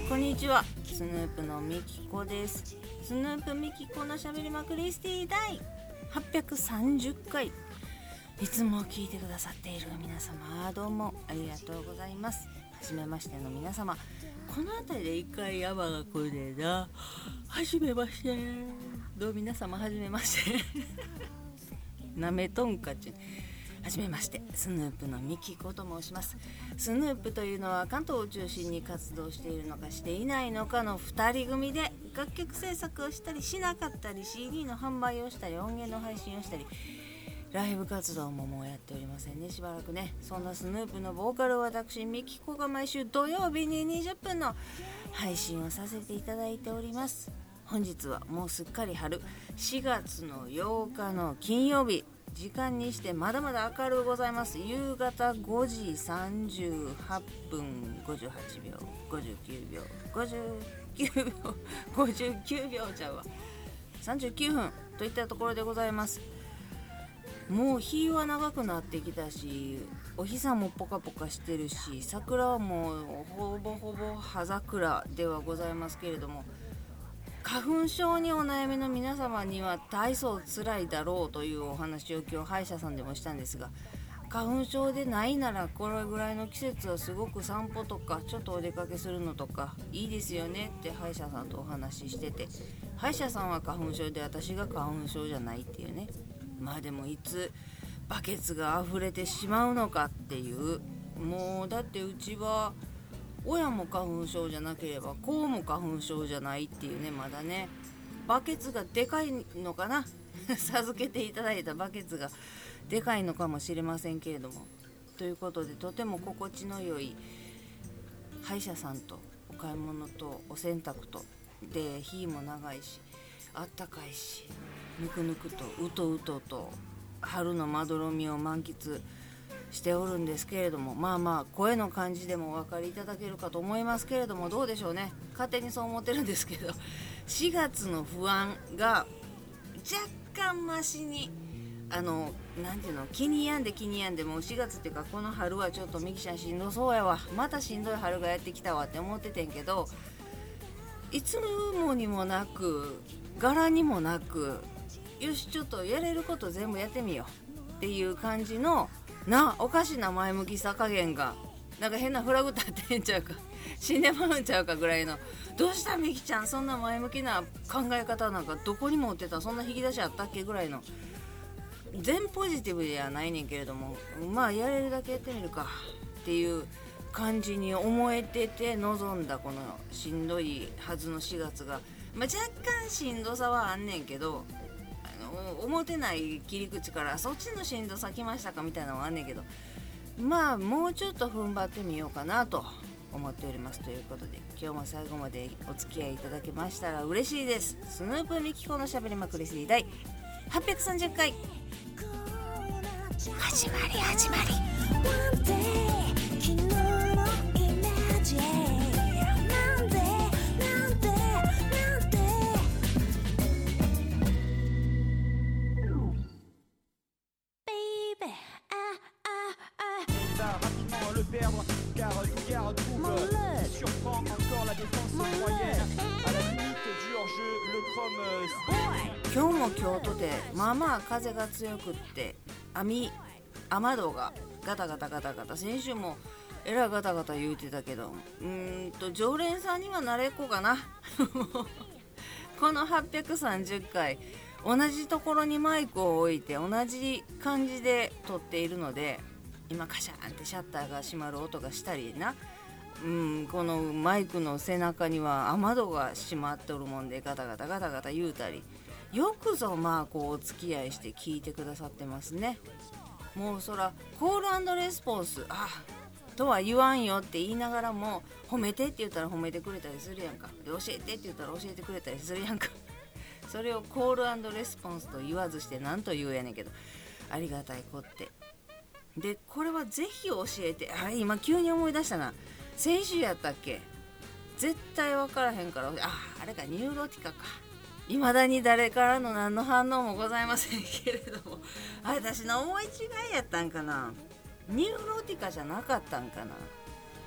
こんにちは、スヌープのみきこです。スヌープみきこのしゃべりまくりスティ第830回、いつも聞いてくださっている皆様、どうもありがとうございます。はじめましての皆様、この辺りで一回山が来るでな。はじめまして。どうも皆様はじめましてなめとんかちん、はじめまして、スヌープのみきこと申します。スヌープというのは関東を中心に活動しているのかしていないのかの2人組で、楽曲制作をしたりしなかったり、 CD の販売をしたり、音源の配信をしたり、ライブ活動ももうやっておりませんね、しばらくね。そんなスヌープのボーカル、私みきこが毎週土曜日に20分の配信をさせていただいております。本日はもうすっかり春、4月の8日の金曜日、時間にしてまだまだ明るうございます。夕方5時38分58秒59秒59秒59秒ちゃうわ39分といったところでございます。もう日は長くなってきたし、お日さんもポカポカしてるし、桜はもうほぼほぼ葉桜ではございますけれども、花粉症にお悩みの皆様には大層辛いだろうというお話を今日歯医者さんでもしたんですが、花粉症でないならこれぐらいの季節はすごく散歩とかちょっとお出かけするのとかいいですよねって歯医者さんとお話ししてて、歯医者さんは花粉症で私が花粉症じゃないっていうね。まあでもいつバケツが溢れてしまうのかっていう、もうだってうちは親も花粉症じゃなければ子も花粉症じゃないっていうね。まだね、バケツがでかいのかな授けていただいたバケツがでかいのかもしれませんけれども、ということでとても心地の良い歯医者さんとお買い物とお洗濯とで、日も長いしあったかいし、ぬくぬくとうとうとと春のまどろみを満喫しておるんですけれども、まあまあ声の感じでもお分かりいただけるかと思いますけれども、どうでしょうね。勝手にそう思ってるんですけど、4月の不安が若干マシになんていうの、気に病んでもう4月っていうかこの春はちょっとミキちゃんしんどそうやわ、またしんどい春がやってきたわって思っててんけど、いつもにもなく柄にもなく、よしちょっとやれること全部やってみようっていう感じのおかしな前向きさ加減が、なんか変なフラグ立ってんちゃうか、死んでまうんちゃうかぐらいの、どうしたみきちゃんそんな前向きな考え方なんかどこに持ってた、そんな引き出しあったっけぐらいの、全ポジティブではないねんけれども、まあやれるだけやってみるかっていう感じに思えてて臨んだこのしんどいはずの4月が、まあ、若干しんどさはあんねんけど、思ってない切り口からそっちのしんどさ来ましたかみたいなのはあんねんけど、まあもうちょっと踏ん張ってみようかなと思っております。ということで今日も最後までお付き合いいただけましたら嬉しいです。スヌープみきこのしゃべりまくり3第830回始まり今日も今日とてまあまあ風が強くって、雨戸がガタガタ、先週もえらいガタガタ言うてたけど、常連さんには慣れっこかなこの830回同じところにマイクを置いて同じ感じで撮っているので、今カシャーンってシャッターが閉まる音がしたりな、このマイクの背中には雨戸が閉まっておるもんでガタガタ言うたり、よくぞまあこうお付き合いして聞いてくださってますね。もうそらコール&レスポンスとは言わんよって言いながらも、褒めてって言ったら褒めてくれたりするやんか、で教えてって言ったら教えてくれたりするやんかそれをコール&レスポンスと言わずして何と言うやねんけど、ありがたいこってで、これはぜひ教えて。今急に思い出したな、先週やったっけ、絶対分からへんから、あれかニューロティカか。未だに誰からの何の反応もございませんけれども、私の思い違いやったんかな、ニューロティカじゃなかったんかな。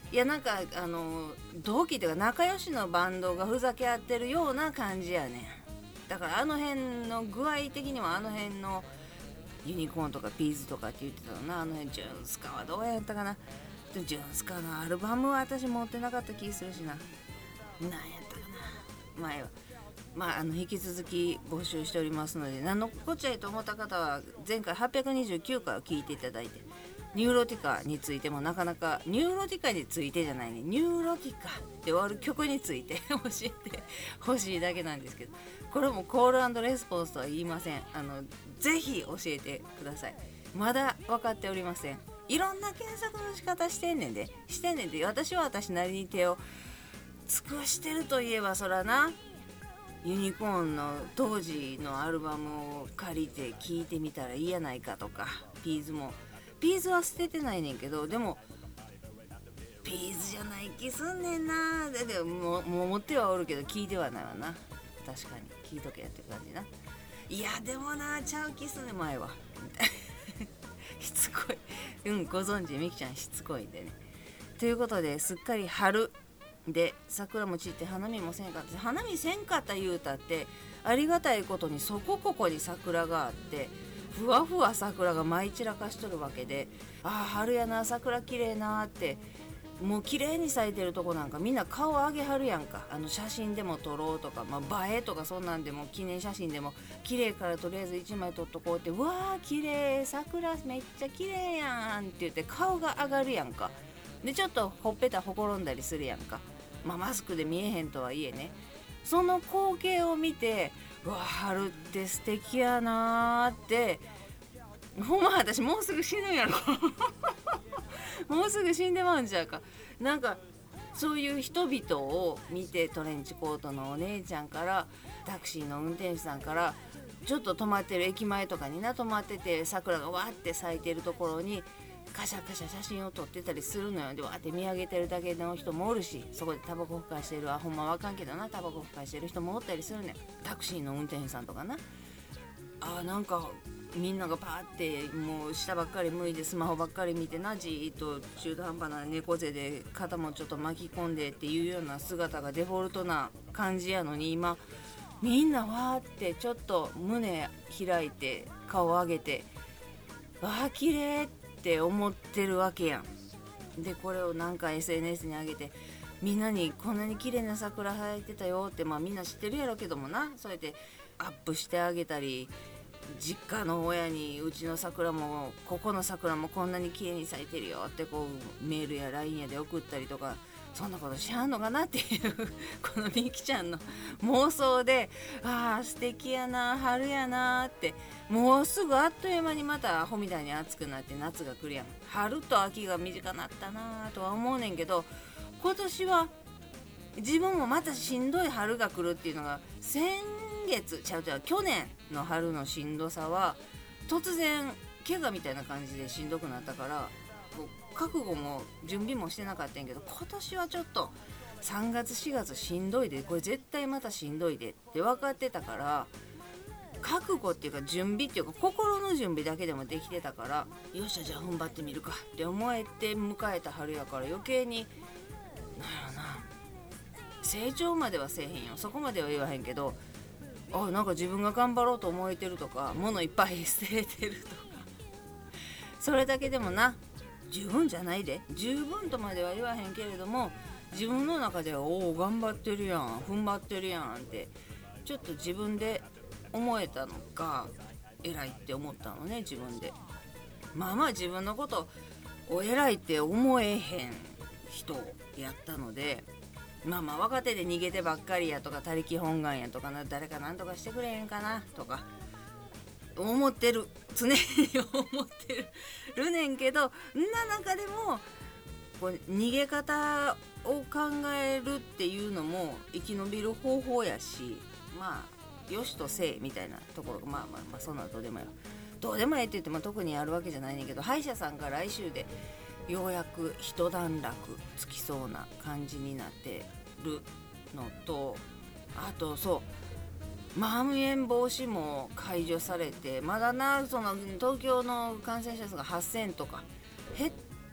いやなんか同期というか仲良しのバンドがふざけ合ってるような感じやねん。だからあの辺の具合的にはあの辺のユニコーンとかピーズとかって言ってたのな。あの辺ジュンスカはどうやったかな。でもジュンスカのアルバムは私持ってなかった気するしな。何やったかな前は。引き続き募集しておりますので、何のこっちゃいと思った方は前回829回を聞いていただいて、ニューロティカについてもなかなか、ニューロティカについてじゃないね、ニューロティカで終わる曲について教えてほしいだけなんですけど、これもコール&レスポンスとは言いません。ぜひ教えてください。まだ分かっておりません。いろんな検索の仕方してんねんで、私は私なりに手を尽くしてるといえば、そらな、ユニコーンの当時のアルバムを借りて聴いてみたらいいやないかとか、ピーズは捨ててないねんけど、でもピーズじゃない気すんねんな。でもう持ってはおるけど聞いてはないわな。確かに聞いとけやって感じな。いやでもな、ちゃう気すんねん前はしつこい。ご存知、みきちゃんしつこいんでね。ということで、すっかり春で桜も散って花見もせんかった。花見せんかった言うたって、ありがたいことにそこここに桜があって、ふわふわ桜が舞い散らかしとるわけで、春やな、桜綺麗なって、もう綺麗に咲いてるとこなんかみんな顔上げはるやんか。写真でも撮ろうとか、映えとかそんなんでも、記念写真でも綺麗からとりあえず1枚撮っとこうって、うわー綺麗、桜めっちゃ綺麗やんって言って顔が上がるやんか。でちょっとほっぺたほころんだりするやんか。マスクで見えへんとはいえね。その光景を見て、うわ春って素敵やなーって、ほんま私もうすぐ死ぬんやろもうすぐ死んでまうんちゃうか。なんかそういう人々を見て、トレンチコートのお姉ちゃんから、タクシーの運転手さんから、ちょっと止まってる駅前とかに止まってて、桜がわーって咲いてるところにカシャカシャ写真を撮ってたりするのよ。でわーって見上げてるだけの人もおるし、そこでタバコ吹かしてる、ほんまわかんけどな、タバコ吹かしてる人もおったりするねん。タクシーの運転手さんとかな。なんかみんながパーってもう下ばっかり向いてスマホばっかり見てな、じーっと中途半端な猫背で肩もちょっと巻き込んでっていうような姿がデフォルトな感じやのに、今みんなわーってちょっと胸開いて顔上げて、わー綺麗って思ってるわけやん。でこれをなんか SNS に上げて、みんなにこんなに綺麗な桜咲いてたよって、みんな知ってるやろけどもな、そうやってアップしてあげたり、実家の親にうちの桜もここの桜もこんなに綺麗に咲いてるよってこうメールや LINE やで送ったりとか、そんなことしはんのかなっていうこのみきちゃんの妄想で、素敵やな、春やなって、もうすぐあっという間にまたアホみたいに暑くなって夏が来るやん。春と秋が短なったなとは思うねんけど、今年は自分もまたしんどい春が来るっていうのが、去年の春のしんどさは突然怪我みたいな感じでしんどくなったから、覚悟も準備もしてなかったんやけど、今年はちょっと3月4月しんどいで、これ絶対またしんどいでって分かってたから、覚悟っていうか準備っていうか心の準備だけでもできてたから、よっしゃじゃあ踏ん張ってみるかって思えて迎えた春やから、余計になんやろな、成長まではせえへんよ、そこまでは言わへんけど、なんか自分が頑張ろうと思えてるとか、物いっぱい捨てれてるとかそれだけでもな、十分じゃないで、十分とまでは言わへんけれども、自分の中では頑張ってるやん、踏ん張ってるやんってちょっと自分で思えたのが偉いって思ったのね、自分で。自分のことを偉いって思えへん人やったので、若手で逃げてばっかりやとか、他力本願やとかな、誰かなんとかしてくれへんかなとか思ってる、常に思ってるねんけど、中でもこう逃げ方を考えるっていうのも生き延びる方法やし、よしとせいみたいなところがそんなのどうでもいいどうでもいいって言っても特にやるわけじゃないねんけど、歯医者さんが来週でようやく一段落つきそうな感じになってるのと、あとまん延防止も解除されて、まだな、その東京の感染者数が8000とか減っ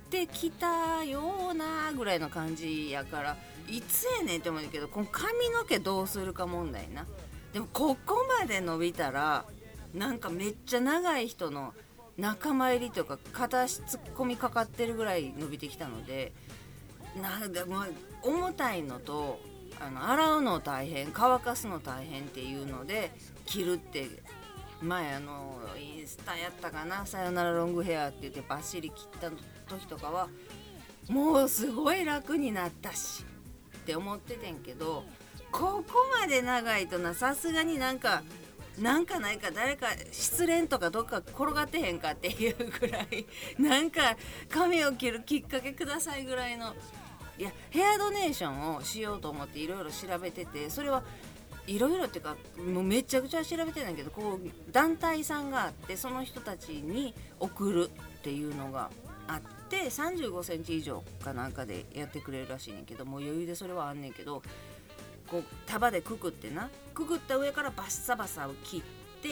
ってきたようなぐらいの感じやから、いつやねんって思うんだけど、この髪の毛どうするか問題な。でもここまで伸びたらなんかめっちゃ長い人の仲間入りとか片足突っ込みかかってるぐらい伸びてきたので、なんでも重たいのと洗うの大変、乾かすの大変っていうので切るって、前インスタやったかな、さよならロングヘアって言ってバッシリ切った時とかはもうすごい楽になったしって思っててんけど、ここまで長いとな、さすがになんかないか、誰か失恋とかどっか転がってへんかっていうぐらいなんか髪を切るきっかけくださいぐらいの、いやヘアドネーションをしようと思っていろいろ調べてて、それはいろいろっていうかもうめちゃくちゃ調べてんだけど、こう団体さんがあって、その人たちに送るっていうのがあって、35センチ以上かなんかでやってくれるらしいねんけど、もう余裕でそれはあんねんけど、こう束でくくってな、くくった上からバッサバサを切って、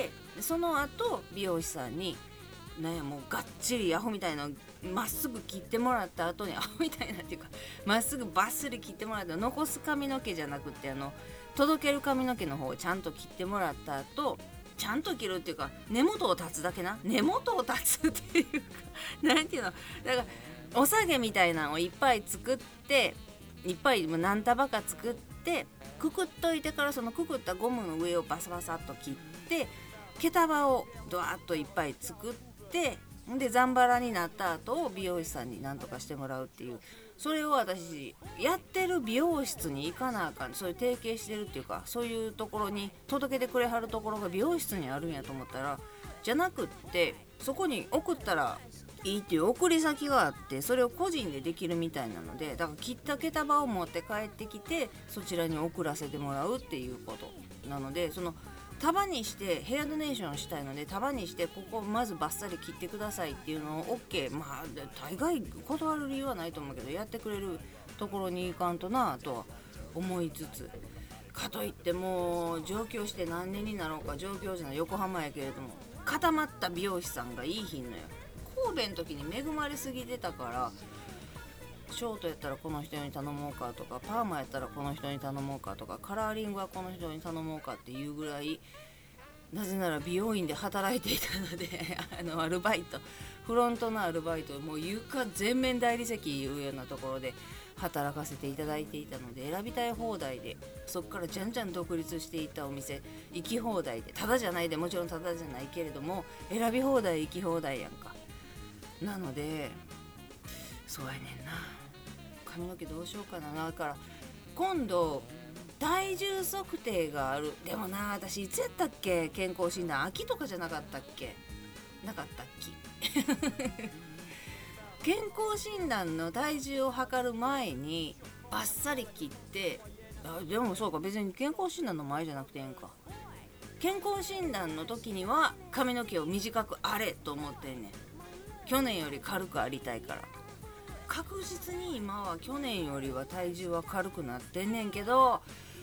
でその後美容師さんになんやもうがっちりアホみたいなまっすぐ切ってもらった後に、アホみたいなっていうかまっすぐバッスリ切ってもらった、残す髪の毛じゃなくて届ける髪の毛の方をちゃんと切ってもらった後、ちゃんと切るっていうか根元を立つだけな、根元を立つっていうかなんていうのだから、お下げみたいなのをいっぱい作って、いっぱい何束か作ってくくっといてから、そのくくったゴムの上をバサバサっと切って、毛束をドワーッといっぱい作って、でザンバラになった後を美容師さんに何とかしてもらうっていう、それを私やってる美容室に行かなあかん、そういう提携してるっていうか、そういうところに届けてくれはるところが美容室にあるんやと思ったら、じゃなくってそこに送ったらいいっていう送り先があって、それを個人でできるみたいなので、だから切った毛束を持って帰ってきてそちらに送らせてもらうっていうことなので、その束にしてヘアドネーションしたいので、束にしてここをまずバッサリ切ってくださいっていうのを OK、 まあ大概断る理由はないと思うけど、やってくれるところに行かんとなとは思いつつ、かといってもう上京して何年になろうか、上京じゃない横浜やけれども固まった美容師さんがいいひんのよ。神戸の時に恵まれすぎてたから、ショートやったらこの人に頼もうかとか、パーマやったらこの人に頼もうかとか、カラーリングはこの人に頼もうかっていうぐらい、なぜなら美容院で働いていたのでアルバイト、フロントのアルバイト、もう床全面大理石いうようなところで働かせていただいていたので、選びたい放題で、そこからじゃんじゃん独立していったお店行き放題で、ただじゃないで、もちろんただじゃないけれども選び放題行き放題やんか。なのでそうやねんな、髪の毛どうしようかな。だから今度体重測定がある。でもな、私いつやったっけ、健康診断秋とかじゃなかったっけ、なかったっけ健康診断の体重を測る前にバッサリ切って、でもそうか、別に健康診断の前じゃなくてええんか。健康診断の時には髪の毛を短くあれと思ってんねん。去年より軽くありたいから。確実に今は去年よりは体重は軽くなってんねんけど、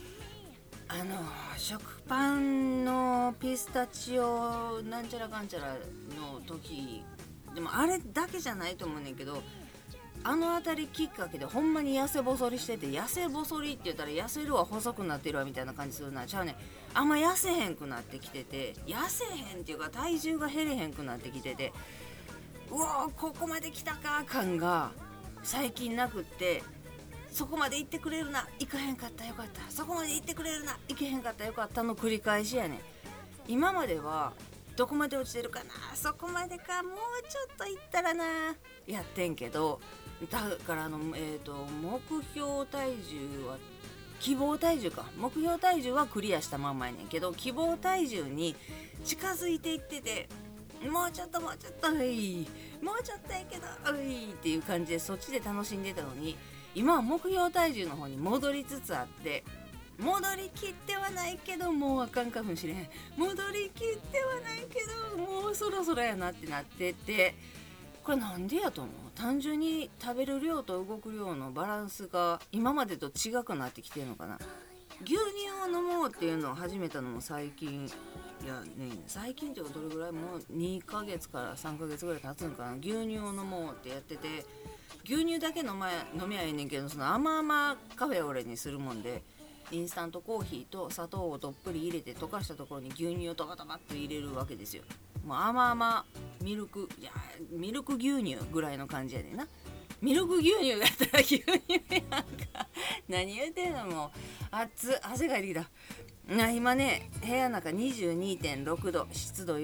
食パンのピスタチオなんちゃらかんちゃらの時でもあれだけじゃないと思うねんけど、あのあたりきっかけでほんまに痩せ細りしてて、痩せ細りって言ったら痩せるわ細くなってるわみたいな感じするな、ちゃうねん、あんま痩せへんくなってきてて、痩せへんっていうか体重が減れへんくなってきてて、うわーここまで来たか感が最近なくって、そこまで行ってくれるな、行かへんかったよかった、そこまで行ってくれるな、行けへんかったよかったの繰り返しやねん。今まではどこまで落ちてるかな、そこまでか、もうちょっと行ったらなやってんけど、だから目標体重は希望体重か、目標体重はクリアしたまんまやねんけど、希望体重に近づいていってて、もうちょっともうちょっともうちょっとやけどっていう感じでそっちで楽しんでたのに、今は目標体重の方に戻りつつあって、戻りきってはないけどもうあかんかもしれん、戻りきってはないけどもうそろそろやなってなってて、これなんでやと思う？単純に食べる量と動く量のバランスが今までと違くなってきてるのかな。牛乳を飲もうっていうのを始めたのも最近やね、最近ってどれぐらい、もう2ヶ月から3ヶ月ぐらい経つんかな。牛乳を飲もうってやってて、 牛乳だけ飲みゃいいねんけど、その甘カフェオレにするもんで、インスタントコーヒーと砂糖をどっぷり入れて溶かしたところに牛乳をドバドバっと入れるわけですよ。もう甘ミルク牛乳ぐらいの感じやねんな。ミルク牛乳があったら牛乳やんか。何言うてんの、もう汗がいてきた。今ね、部屋の中 22.6 度、湿度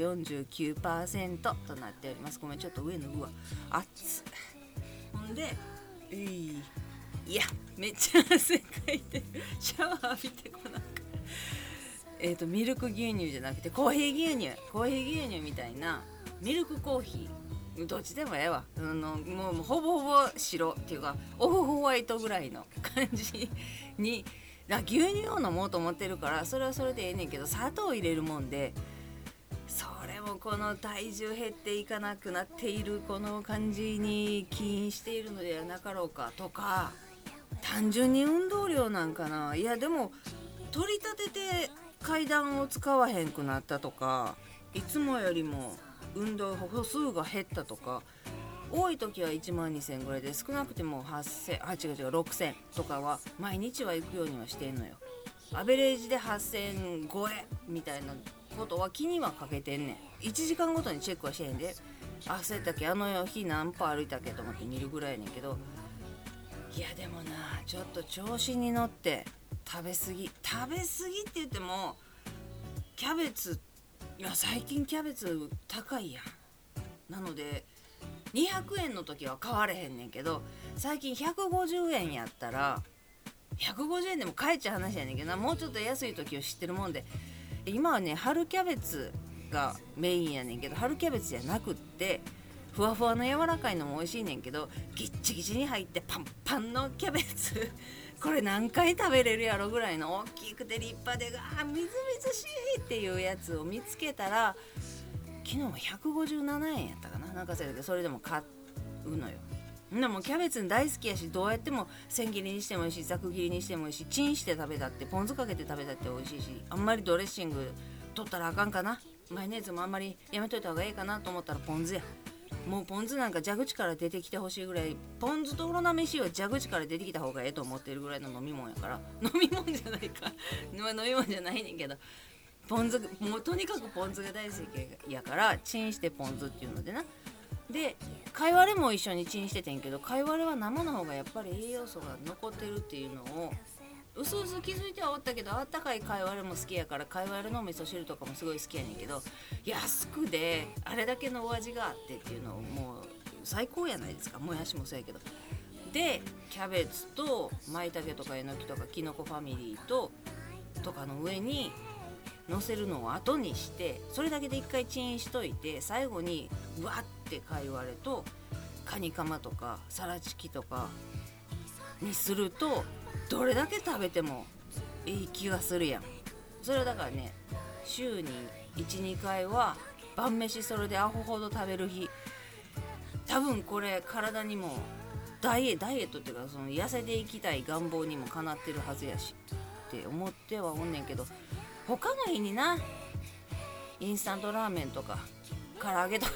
49% となっております。ごめん、ちょっと上脱ぐわ。暑い。ほんで、いやめっちゃ汗かいてシャワー浴びてこなくミルク牛乳じゃなくてコーヒー牛乳みたいなミルクコーヒー、どっちでもええわ。もうほぼほぼ白っていうかオフホワイトぐらいの感じに牛乳を飲もうと思ってるから、それはそれでええねんけど、砂糖入れるもんで、それもこの体重減っていかなくなっているこの感じに起因しているのではなかろうかとか、単純に運動量なんかな。いやでも取り立てて階段を使わへんくなったとか、いつもよりも運動歩数が減ったとか、多い時は1万2000ぐらいで、少なくても6000とかは毎日は行くようにはしてんのよ。アベレージで8000超えみたいなことは気にはかけてんねん。1時間ごとにチェックはしてへんで、そうやったっけ、あの日何歩歩いたっけと思って見るぐらいやねんけど、いやでもな、ちょっと調子に乗って食べ過ぎって言っても、キャベツ、いや最近キャベツ高いやん。なので200円の時は買われへんねんけど、最近150円やったら、150円でも買えちゃう話やねんけどな。もうちょっと安い時を知ってるもんで、今はね春キャベツがメインやねんけど、春キャベツじゃなくって、ふわふわの柔らかいのも美味しいねんけど、ギッチギチに入ってパンパンのキャベツこれ何回食べれるやろぐらいの大きくて立派でみずみずしいっていうやつを見つけたら、昨日は157円やったかな、なんかそれでも買うのよ。でもキャベツ大好きやし、どうやっても千切りにしてもいいし、ざく切りにしてもいいし、チンして食べたって、ポン酢かけて食べたって美味しいし、あんまりドレッシング取ったらあかんかな、マヨネーズもあんまりやめといた方がいいかなと思ったらポン酢や。もうポン酢なんか蛇口から出てきてほしいぐらい、ポン酢とオロナ飯は蛇口から出てきた方がええと思ってるぐらいの飲み物やから、飲み物じゃないか飲み物じゃないねんけど、ポン酢、もうとにかくポン酢が大好きやからチンしてポン酢っていうのでな。で貝割れも一緒にチンしててんけど、貝割れは生の方がやっぱり栄養素が残ってるっていうのをうすうす気づいてはおったけど、あったかい貝割れも好きやから、貝割れの味噌汁とかもすごい好きやねんけど、安くであれだけのお味があってっていうのをもう最高やないですか。もやしもそうやけど、でキャベツと舞茸とかえのきとかきのこファミリーとかの上に乗せるのを後にして、それだけで一回チンしといて、最後にわって貝割れとカニカマとかサラチキとかにすると、どれだけ食べてもいい気がするやん。それはだからね、週に 1,2 回は晩飯それでアホほど食べる日、多分これ体にもダイエットっていうか、その痩せていきたい願望にもかなってるはずやしって思ってはおんねんけど、他の日にな、インスタントラーメンとか唐揚げとか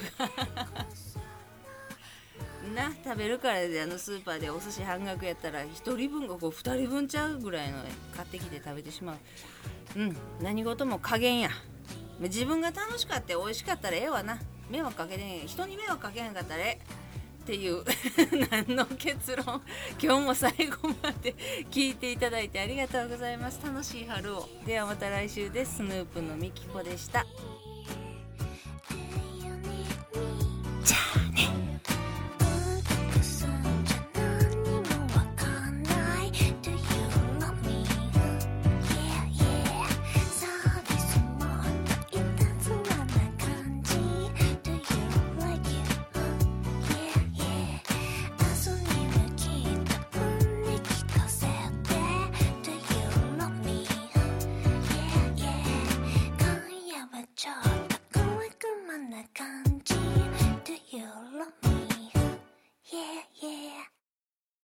な食べるからで、スーパーでお寿司半額やったら1人分が2人分ちゃうぐらいの買ってきて食べてしまう。何事も加減や。自分が楽しかって美味しかったらええわな。迷惑かけてん、人に迷惑かけへんかったらええっていう何の結論。今日も最後まで聞いていただいてありがとうございます。楽しい春を。ではまた来週です。スヌープのみきこでした。